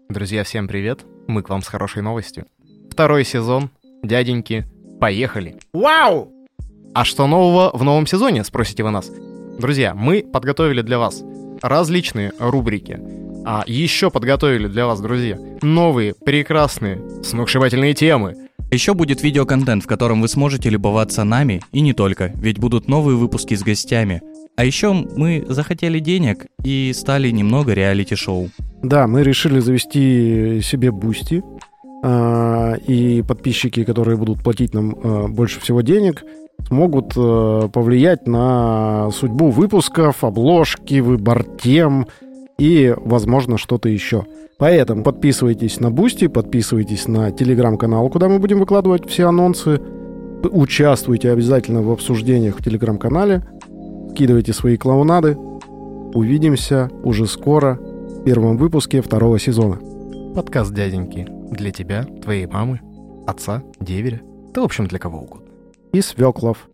Друзья, всем привет! Мы к вам с хорошей новостью. 2 сезон, дяденьки, поехали! Вау! А что нового в новом сезоне, спросите вы нас? Друзья, мы подготовили для вас различные рубрики. А еще подготовили для вас, друзья, новые, прекрасные, сногсшибательные темы. Еще будет видеоконтент, в котором вы сможете любоваться нами, и не только, ведь будут новые выпуски с гостями. А еще мы захотели денег и стали немного реалити-шоу. Да, мы решили завести себе Бусти, и подписчики, которые будут платить нам больше всего денег, смогут повлиять на судьбу выпусков, обложки, выбор тем и, возможно, что-то еще. Поэтому подписывайтесь на Бусти, подписывайтесь на телеграм-канал, куда мы будем выкладывать все анонсы. Участвуйте обязательно в обсуждениях в телеграм-канале. Скидывайте свои клоунады. Увидимся уже скоро в первом выпуске 2 сезона. Подкаст дяденьки для тебя, твоей мамы, отца, деверя, да в общем для кого угодно. И свеклов.